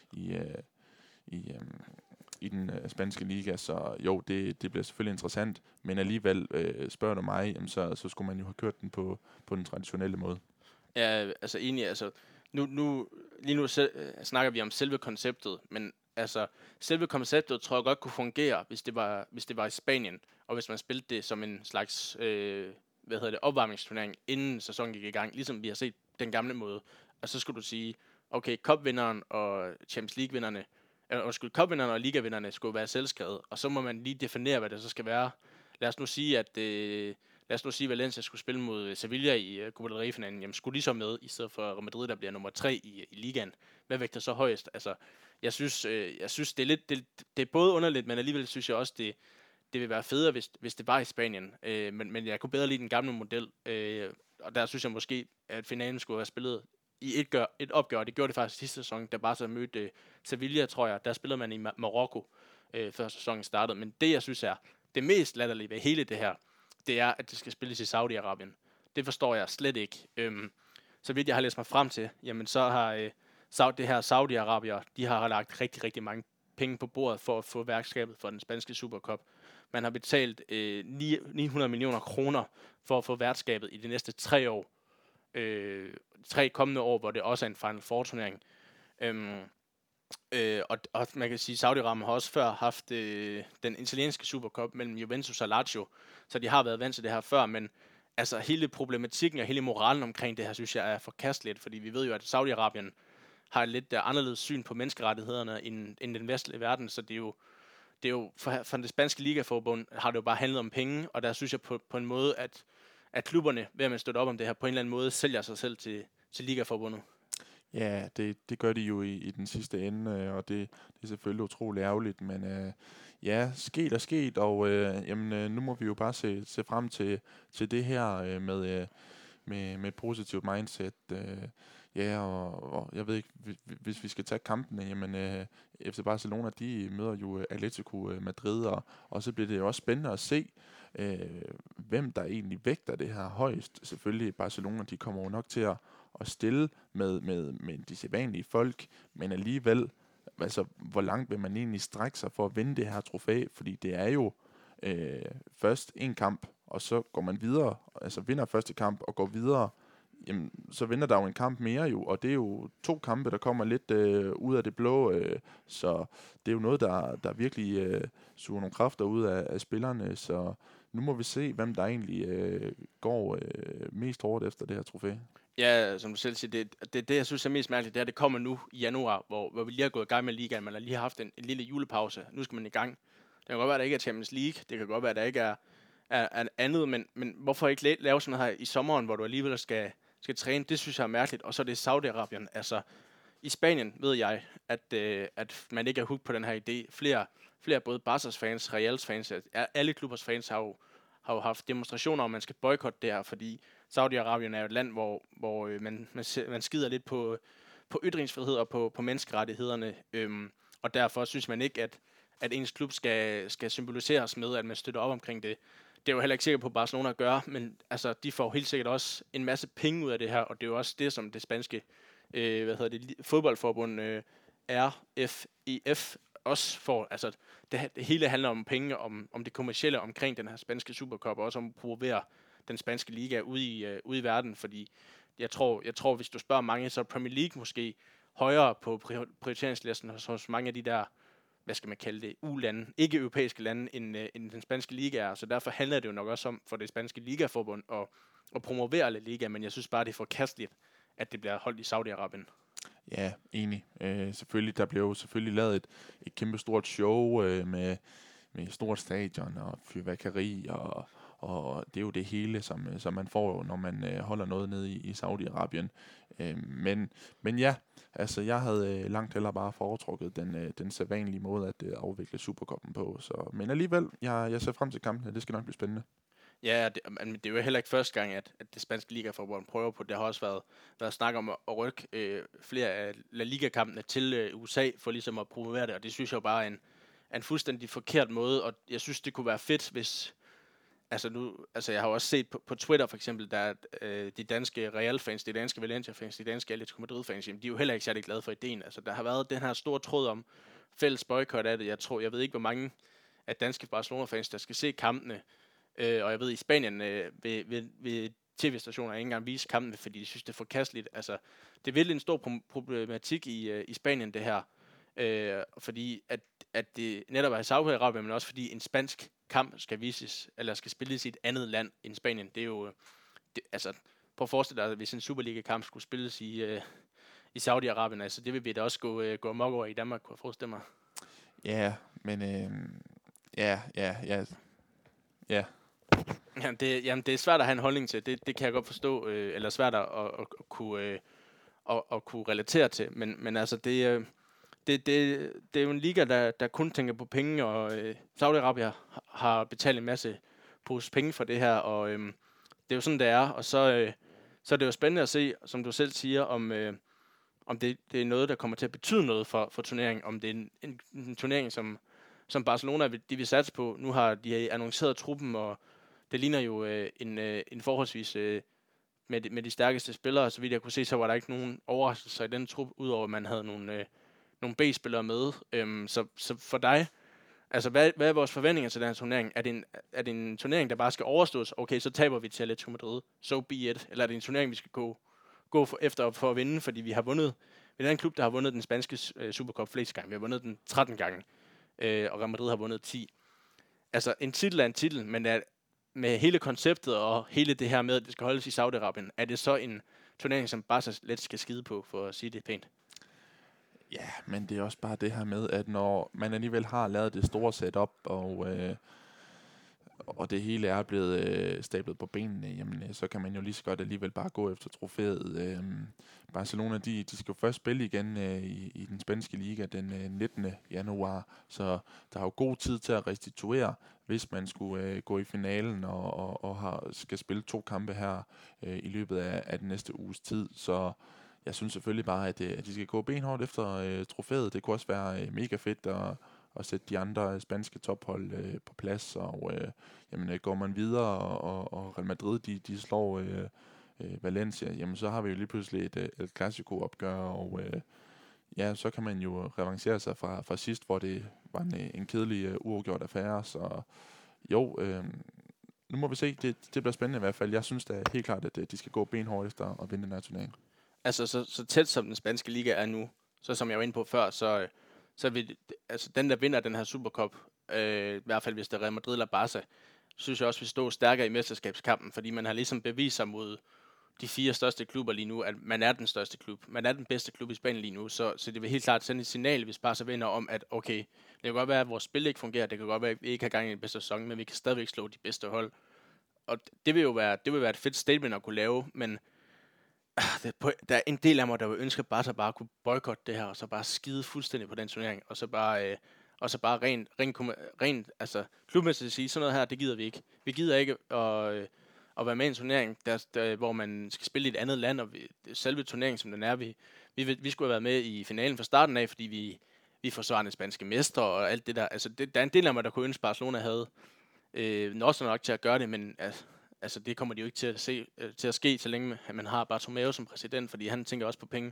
i den spanske liga, så jo, det bliver selvfølgelig interessant, men alligevel spørger du mig, jamen, så skulle man jo have kørt den på den traditionelle måde. Ja, altså enig, altså lige nu snakker vi om selve konceptet, men altså selve konceptet tror jeg godt kunne fungere, hvis det var i Spanien, og hvis man spillede det som en slags opvarmningsturnering, inden sæsonen gik i gang, ligesom vi har set den gamle måde. Og så skulle du sige, okay, Cup-vinderen og Champions League-vinderne, Cup-vinderne og Liga-vinderne skulle være selvskrevet, og så må man lige definere, hvad det så skal være. Lad os nu sige, at Valencia skulle spille mod Sevilla i Copa del Rey-finalen. Jamen, skulle de så med, i stedet for Real Madrid, der bliver nummer 3 i ligaen? Hvad vægter så højest? Altså, jeg synes, det er lidt, det er både underligt, men alligevel synes jeg også, det vil være federe, hvis det var i Spanien. Men jeg kunne bedre lide den gamle model, og der synes jeg måske, at finalen skulle være spillet i et opgør. Det gjorde det faktisk sidste sæson, der bare så mødte Sevilla, tror jeg. Der spillede man i Marokko, før sæsonen startede. Men det, jeg synes er det mest latterlige ved hele det her, det er, at det skal spilles i Saudi-Arabien. Det forstår jeg slet ikke. Så vidt jeg har læst mig frem til, jamen så har det her Saudi-Arabier, de har lagt rigtig, rigtig mange penge på bordet for at få værkskabet for den spanske Supercup. Man har betalt 900 millioner kroner for at få værtskabet i de næste 3 år. 3 kommende år, hvor det også er en Final Four-turnering. Og man kan sige, at Saudi-Arabien har også før haft den italienske Supercup mellem Juventus og Lazio, så de har været vant til det her før, men altså hele problematikken og hele moralen omkring det her, synes jeg er forkasteligt, fordi vi ved jo, at Saudi-Arabien har et lidt anderledes syn på menneskerettighederne end den vestlige verden, så det er jo for det spanske ligaforbund har det jo bare handlet om penge, og der synes jeg på en måde, at klubberne, ved at man støtter op om det her, på en eller anden måde sælger sig selv til ligaforbundet. Ja, det gør de jo i den sidste ende, og det er selvfølgelig utroligt ærgerligt, men ja, sket er sket, og nu må vi jo bare se frem til det her med et positivt mindset. Ja, og jeg ved ikke, hvis vi skal tage kampene, jamen FC Barcelona, de møder jo Atletico Madrid, og så bliver det jo også spændende at se, hvem der egentlig vægter det her højst. Selvfølgelig Barcelona, de kommer jo nok til at stille med de sædvanlige folk, men alligevel, altså hvor langt vil man egentlig strække sig for at vinde det her trofæ, fordi det er jo først en kamp, og så går man videre, altså vinder første kamp og går videre, jamen, så venter der jo en kamp mere jo, og det er jo 2 kampe, der kommer lidt ud af det blå, så det er jo noget, der virkelig suger nogle kræfter ud af spillerne, så nu må vi se, hvem der egentlig går mest hårdt efter det her trofæ. Ja, som du selv siger, det jeg synes er mest mærkeligt, det er, at det kommer nu i januar, hvor vi lige har gået i gang med ligaen, man har lige haft en lille julepause, nu skal man i gang. Det kan godt være, at der ikke er Champions League, det kan godt være, at der ikke er andet, men hvorfor ikke lave sådan noget her i sommeren, hvor du alligevel skal træne, det synes jeg er mærkeligt, og så er det Saudi-Arabien. Altså, i Spanien ved jeg, at man ikke er hooked på den her idé. Flere både Barca's fans, Reals fans, alle klubbers fans har jo haft demonstrationer om, man skal boykotte det her, fordi Saudi-Arabien er jo et land, hvor man skider lidt på ytringsfrihed og på menneskerettighederne, og derfor synes man ikke, at ens klub skal symboliseres med, at man støtter op omkring det. Det er jo heller ikke sikker på, at Barcelona gør, men altså, de får helt sikkert også en masse penge ud af det her, og det er jo også det, som det spanske fodboldforbund RFEF også får. Altså, det hele handler om penge, om det kommercielle omkring den her spanske Supercup, og også om at promovere den spanske liga ude i verden, fordi jeg tror, hvis du spørger mange, så er Premier League måske højere på prioriteringslisten hos mange af de der, hvad skal man kalde det, U-lande, ikke europæiske lande, end den spanske liga er. Så derfor handler det jo nok også om for det spanske ligaforbund at promovere La Liga, men jeg synes bare, det er forkasteligt, at det bliver holdt i Saudi-Arabien. Ja, enig. Selvfølgelig, der blev jo selvfølgelig lavet et kæmpe stort show med stort stadion og fyrværkeri, og det er jo det hele, som man får, når man holder noget nede i Saudi-Arabien. Men ja, altså jeg havde langt hellere bare foretrukket den sædvanlige måde at afvikle Supercuppen på. Men alligevel, jeg ser frem til kampen, det skal nok blive spændende. Ja, det er jo heller ikke første gang, at det spanske ligaforbund prøver på det. Der har også været snak om at rykke flere af La Liga-kampene til USA, for ligesom at promovere det, og det synes jeg bare er en fuldstændig forkert måde, og jeg synes, det kunne være fedt, hvis... Altså jeg har også set på Twitter for eksempel, der de danske Real-fans, de danske Valencia-fans, de danske Atletico Madrid-fans, de er jo heller ikke særlig glade for ideen. Altså der har været den her store tråd om fælles boykot af det. Jeg ved ikke, hvor mange af danske Barcelona-fans, der skal se kampene. Og jeg ved, i Spanien ved tv-stationer ikke engang vise kampene, fordi de synes, det er forkasteligt. Altså, det er virkelig en stor problematik i Spanien, det her. Fordi at det netop er i Saudi-Arabien, men også fordi en spansk kamp skal vises, eller skal spilles i et andet land end Spanien. Det er jo, altså, prøv at forestille dig, hvis en Superliga-kamp skulle spilles i Saudi-Arabien, altså det vil vi da også gå amok over i Danmark, kunne jeg forestille mig. Ja, men ja. Jamen, det er svært at have en holdning til. Det kan jeg godt forstå, eller svært at kunne relatere til. Men altså, det er jo en liga, der kun tænker på penge, og Saudi-Arabien har betalt en masse pose penge for det her, og det er jo sådan, det er. Og så er det jo spændende at se, som du selv siger, om det er noget, der kommer til at betyde noget for turneringen, om det er en turnering, som Barcelona de vil satse på. Nu har de annonceret truppen, og det ligner jo en forholdsvis med de stærkeste spillere. Så vidt jeg kunne se, så var der ikke nogen overraskelser i den trup, udover at man havde nogle B-spillere med. Så for dig, altså hvad er vores forventninger til den her turnering? Er det en turnering, der bare skal overstås? Okay, så taber vi til Atletico Madrid. So be it. Eller er det en turnering, vi skal gå efter for at vinde? Fordi vi har vundet. Vi er en klub, der har vundet den spanske Supercup flest gange. Vi har vundet den 13 gange. Og Real Madrid har vundet 10. Altså, en titel er en titel, men med hele konceptet og hele det her med, at det skal holdes i Saudi-Arabien, er det så en turnering, som Barca let skal skide på, for at sige det pænt? Ja, men det er også bare det her med, at når man alligevel har lavet det store setup, og det hele er blevet stablet på benene, jamen, så kan man jo lige så godt alligevel bare gå efter trofæet. Barcelona, de skal jo først spille igen i den spanske liga den 19. januar, så der er jo god tid til at restituere, hvis man skulle gå i finalen og skal spille 2 kampe her i løbet af den næste uges tid. Så jeg synes selvfølgelig bare, at de skal gå benhårdt efter trofæet. Det kunne også være mega fedt at sætte de andre spanske tophold på plads, og går man videre, og Real Madrid de slår Valencia, jamen så har vi jo lige pludselig et El Clasico-opgør, og så kan man jo revancere sig fra sidst, hvor det var en kedelig uafgjort affære, så jo, nu må vi se, det bliver spændende i hvert fald. Jeg synes da helt klart, at de skal gå benhårdt efter at vinde den her turnering. Altså, så tæt som den spanske liga er nu, så som jeg var inde på før, så vil, altså den, der vinder den her Supercup, i hvert fald hvis det er Real Madrid eller Barca, synes jeg også vil stå stærkere i mesterskabskampen, fordi man har ligesom bevist sig mod de 4 største klubber lige nu, at man er den største klub. Man er den bedste klub i Spanien lige nu, så det vil helt klart sende et signal, hvis Barca vinder om, at okay, det kan godt være, at vores spil ikke fungerer, det kan godt være, at vi ikke har gang i den bedste sæson, men vi kan stadigvæk slå de bedste hold. Og det vil være et fedt statement at kunne lave, men der er en del af mig, der vil ønske, at Barca bare kunne boykotte det her, og så bare skide fuldstændig på den turnering, og så bare rent altså klubmæssigt sige, sådan noget her, det gider vi ikke. Vi gider ikke at være med i en turnering, hvor man skal spille i et andet land, og selve turneringen, som den er, vi skulle have været med i finalen fra starten af, fordi vi forsvarer den spanske mestre og alt det der. Altså, der er en del af mig, der kunne ønske, Barcelona havde også nok til at gøre det, men altså det kommer de jo ikke til at ske, så længe man har Bartomeu som præsident, fordi han tænker også på penge.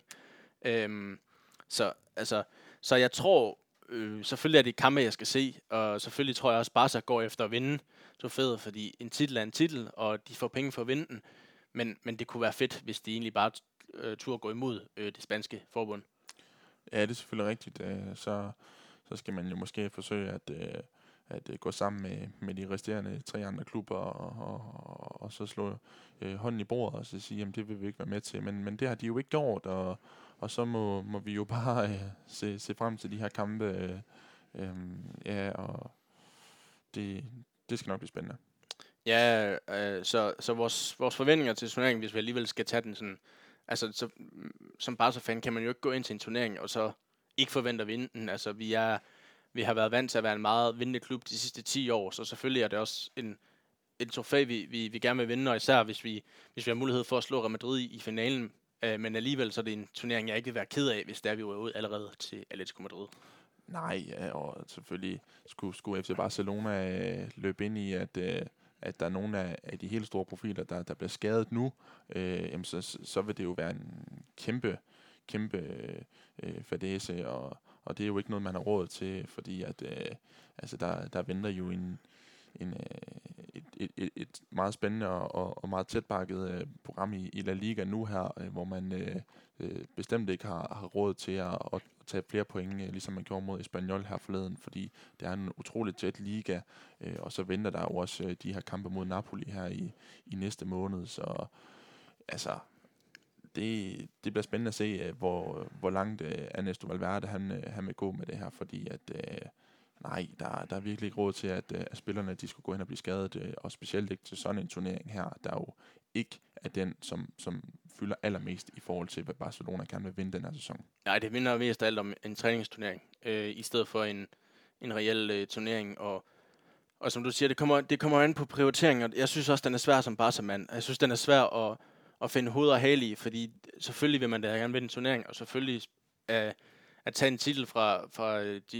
Så jeg tror, selvfølgelig er det kampe, jeg skal se, og selvfølgelig tror jeg også, Barca går efter at vinde trofæet, fordi en titel er en titel, og de får penge for at vinde den, men det kunne være fedt, hvis de egentlig bare turde gå imod det spanske forbund. Ja, det er selvfølgelig rigtigt. Så skal man jo måske forsøge at gå sammen med de resterende 3 andre klubber og så slå hånden i bordet og så sige, jamen det vil vi ikke være med til. Men det har de jo ikke gjort, og så må vi jo bare se frem til de her kampe. Og det skal nok blive spændende. Ja, så vores forventninger til turneringen, hvis vi alligevel skal tage den sådan, altså så, som Barca-fan kan man jo ikke gå ind til en turnering og så ikke forvente at vinde den. Altså vi har været vant til at være en meget vindende klub de sidste 10 år, så selvfølgelig er det også en trofæ, vi gerne vil vinde, og især hvis vi har mulighed for at slå Real Madrid i finalen. Men alligevel så er det en turnering, jeg ikke vil være ked af, hvis vi var ud allerede til Atletico Madrid. Nej, og selvfølgelig skulle FC Barcelona løbe ind i, at der er nogle af de helt store profiler, der bliver skadet nu, så vil det jo være en kæmpe fadæse, og det er jo ikke noget, man har råd til, fordi at der venter jo et meget spændende og meget tætpakket program i La Liga nu her, hvor man bestemt ikke har råd til at tage flere point, ligesom man gjorde mod Espanyol her forleden, fordi det er en utroligt tæt liga, og så venter der jo også de her kampe mod Napoli her i næste måned, så altså det bliver spændende at se, hvor langt Ernesto Valverde han vil gå med det her, fordi at nej, der er virkelig ikke råd til, at spillerne de skulle gå hen og blive skadet, og specielt ikke til sådan en turnering her, der jo ikke er den, som fylder allermest i forhold til, hvad Barcelona kan vil vinde den her sæson. Nej, det minder mest af alt om en træningsturnering, i stedet for en reel turnering, og som du siger, det kommer an på prioritering, og jeg synes også, den er svær som Barca-mand. Jeg synes, den er svær at finde hoved og hale i, fordi selvfølgelig vil man da gerne vinde en turnering, og selvfølgelig at tage en titel fra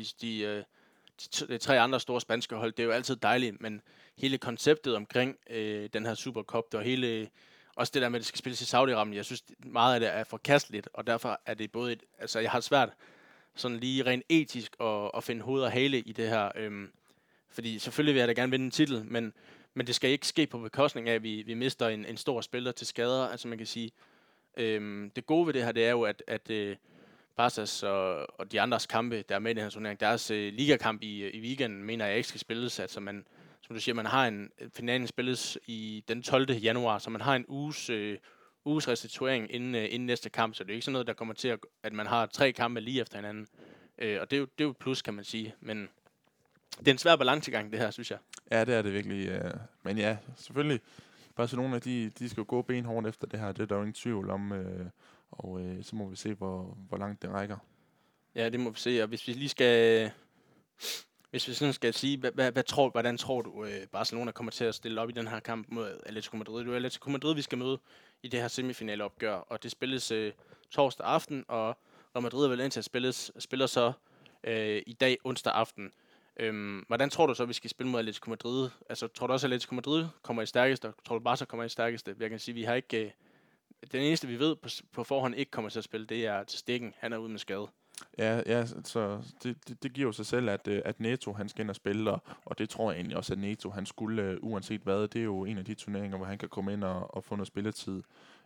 de 3 andre store spanske hold, det er jo altid dejligt, men hele konceptet omkring den her Supercup, og hele også det der med, at det skal spilles i Saudi-Arabien, jeg synes meget af det er forkasteligt, og derfor er det både altså jeg har svært sådan lige rent etisk at finde hoved og hale i det her, fordi selvfølgelig vil jeg da gerne vinde en titel, men det skal ikke ske på bekostning af, at vi mister en stor spiller til skader, altså man kan sige, det gode ved det her, det er jo, at Barca's og de andres kampe, der er med i den her turnering, deres ligakamp i weekenden, mener jeg ikke skal spilles. Altså man, som du siger, man har en finalen spilles i den 12. januar, så man har en uges restituering inden næste kamp, så det er ikke sådan noget, der kommer til, at man har 3 kampe lige efter hinanden. Og det er jo et plus, kan man sige. Men det er en svær balancegang, det her, synes jeg. Ja, det er det virkelig. Men ja, selvfølgelig. Barcelona, de skal jo gå benhårdt efter det her. Det er der jo ingen tvivl om. Og så må vi se, hvor langt det rækker. Ja, det må vi se. Og hvis vi sådan skal sige, hvordan tror du, Barcelona kommer til at stille op i den her kamp mod Atletico Madrid? Det er Atletico Madrid, vi skal møde i det her semifinaleopgør, og det spilles torsdag aften, og Real Madrid og Valencia spiller så i dag onsdag aften. Hvordan tror du så, vi skal spille mod Atletico Madrid? Altså, tror du også, at Atletico Madrid kommer i stærkeste, og tror du Barca kommer i stærkeste? Jeg kan sige, vi har ikke... den eneste, vi ved på forhånd ikke kommer til at spille, det er til Stikken. Han er ude med skade. Ja, så det giver jo sig selv, at Neto han skal ind og spille, og det tror jeg egentlig også, at Neto han skulle, uanset hvad, det er jo en af de turneringer, hvor han kan komme ind og få noget spilletid.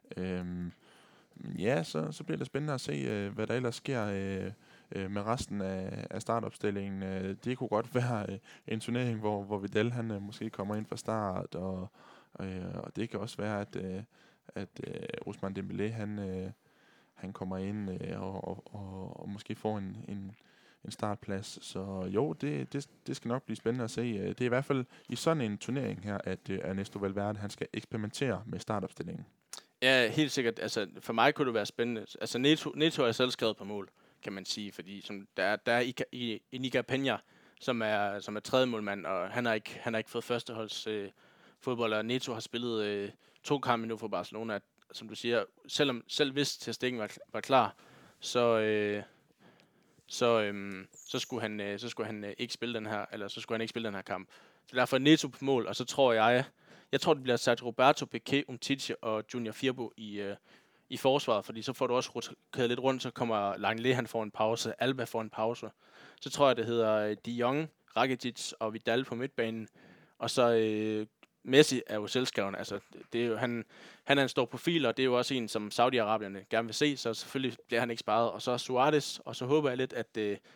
Ja, så bliver det spændende at se, hvad der ellers sker med resten af startopstillingen. Det kunne godt være en turnering, hvor Vidal han måske kommer ind fra start, og det kan også være, at Ousmane Dembélé han kommer ind og måske får en startplads. Så jo, det skal nok blive spændende at se. Det er i hvert fald i sådan en turnering her, at Ernesto Valverde han skal eksperimentere med startopstillingen. Ja, helt sikkert. Altså, for mig kunne det være spændende. Altså, Neto er selv skrevet på mål, kan man sige, fordi som der er Iñigo Peña, som er tredje målmand, og han har ikke fået førsteholds fodbold, og Neto har spillet 2 kampe nu for Barcelona. Som du siger, selv hvis Ter Stegen var klar, så skulle han ikke spille den her, eller så skulle han ikke spille den her kamp. Så derfor Neto på mål, og så tror jeg tror det bliver sat Roberto, Piqué, Umtiti og Junior Firpo i forsvaret, fordi så får du også roteret lidt rundt, så kommer Langley, han får en pause, Alba får en pause. Så tror jeg, det hedder De Jong, Rakitic og Vidal på midtbanen, og så Messi er jo selvskreven, altså det er jo, han er en stor profil, og det er jo også en, som Saudi-Arabierne gerne vil se, så selvfølgelig bliver han ikke sparet. Og så Suarez, og så håber jeg lidt, at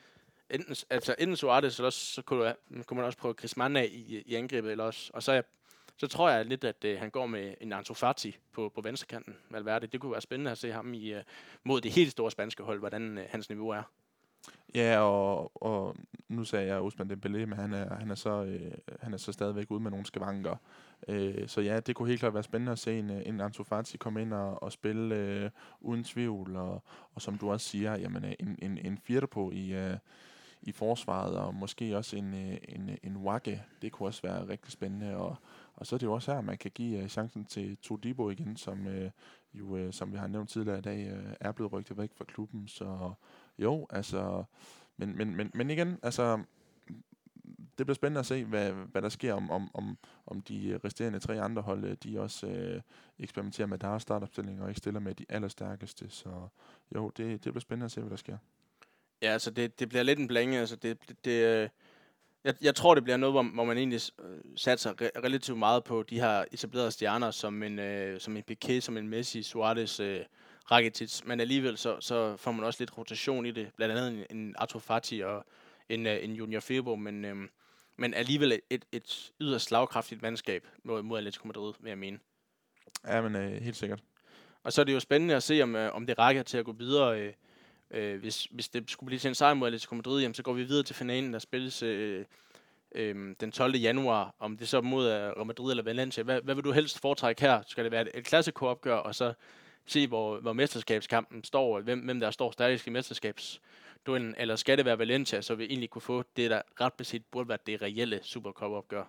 enten Suarez, eller så kunne man også prøve Griezmann af i angrebet, eller også, og så tror jeg lidt, at han går med en Ansu Fati på venstrekanten, Valverde. Det kunne være spændende at se ham mod det helt store spanske hold, hvordan hans niveau er. Ja, og nu sagde jeg Ousmane Dembélé, men han er så stadigvæk ude med nogle skavanker. Så ja, det kunne helt klart være spændende at se en Ansu Fati komme ind og spille uden tvivl, og som du også siger, jamen en Firpo i forsvaret, og måske også en Wague. Det kunne også være rigtig spændende, og så er det jo også her, man kan give chancen til Todibo igen, som vi har nævnt tidligere i dag, er blevet rygtet væk fra klubben, så jo, altså, men igen, altså, det bliver spændende at se, hvad der sker, om de resterende 3 andre hold, de også eksperimenterer med deres startopstilling, og ikke stiller med de allerstærkeste, så jo, det bliver spændende at se, hvad der sker. Ja, altså, det bliver lidt en blanding, altså, jeg tror, det bliver noget, hvor man egentlig satser relativt meget på de her etablerede stjerner, som en Piqué, som en Messi, Suarez, Rakitic, men alligevel så får man også lidt rotation i det, blandt andet en Ansu Fati og en Junior Firpo, men alligevel et yderst slagkraftigt mandskab mod Atletico Madrid, vil jeg mene. Ja, men helt sikkert. Og så er det jo spændende at se, om det rækker til at gå videre. Hvis det skulle blive til en sejr mod Atletico Madrid, jamen, så går vi videre til finalen, der spilles den 12. januar, om det så mod Real Madrid eller Valencia. Hvad vil du helst foretrække her? Skal det være et Clasico-opgør, og så se, hvor mesterskabskampen står, hvem der står stærkest i mesterskabsduellen, eller skal det være Valencia, så vi egentlig kunne få det, der ret beset burde være det reelle Supercup-opgør?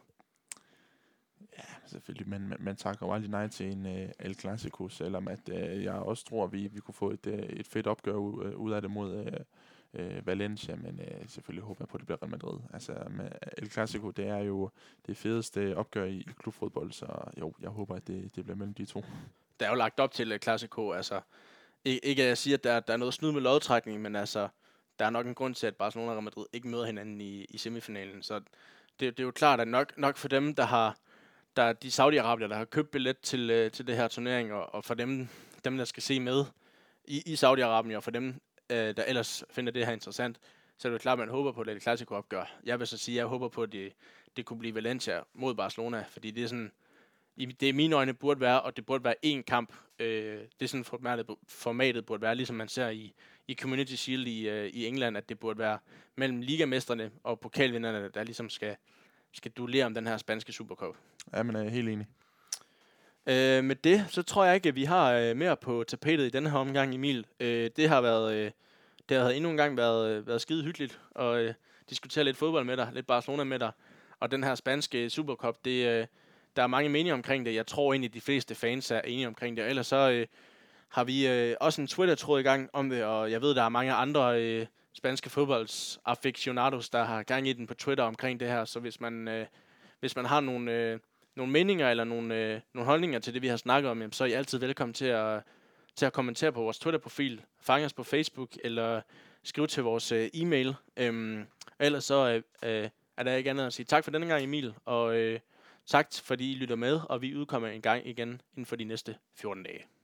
Ja, selvfølgelig, men man takker jo aldrig nej til en El Clasico, selvom at jeg også tror, at vi kunne få et fedt opgør ud af det mod Valencia, men selvfølgelig håber jeg på, at det bliver Real Madrid. Altså, El Clasico, det er jo det fedeste opgør i klubfodbold, så jo, jeg håber, at det bliver mellem de 2. Der er jo lagt op til El Clasico, altså ikke at jeg siger, at der er noget snyd med lodtrækning, men altså, der er nok en grund til, at Barcelona og Real Madrid ikke møder hinanden i semifinalen, så det er jo klart, at nok for dem, der er de Saudi-Arabier, der har købt billet til det her turnering, og for dem, der skal se med i Saudi-Arabien, og for dem, der ellers finder det her interessant, så er det jo klart, at man håber på, at det Clasico-opgør. Jeg vil så sige, at jeg håber på, at det kunne blive Valencia mod Barcelona, fordi det er sådan, det i mine øjne burde være, og det burde være én kamp. Det er sådan formatet burde være, ligesom man ser i Community Shield i England, at det burde være mellem ligamestrene og pokalvinderne, der ligesom skal duellere om den her spanske Supercup. Ja, men jeg er helt enig. Med det, så tror jeg ikke, at vi har mere på tapetet i denne her omgang, Emil. Det har endnu en gang været skide hyggeligt at diskutere lidt fodbold med dig, lidt Barcelona med dig. Og den her spanske Supercup, der er mange meninger omkring det. Jeg tror egentlig, at de fleste fans er enige omkring det. Ellers så har vi også en Twitter-tråd i gang om det, og jeg ved, der er mange andre spanske fodboldsaficionados, der har gang i den på Twitter omkring det her. Så hvis man har nogle meninger eller nogle holdninger til det, vi har snakket om, så er I altid velkommen til at kommentere på vores Twitter-profil, fange os på Facebook, eller skrive til vores e-mail. Ellers så er der ikke andet at sige tak for denne gang, Emil, og tak fordi I lytter med, og vi udkommer en gang igen inden for de næste 14 dage.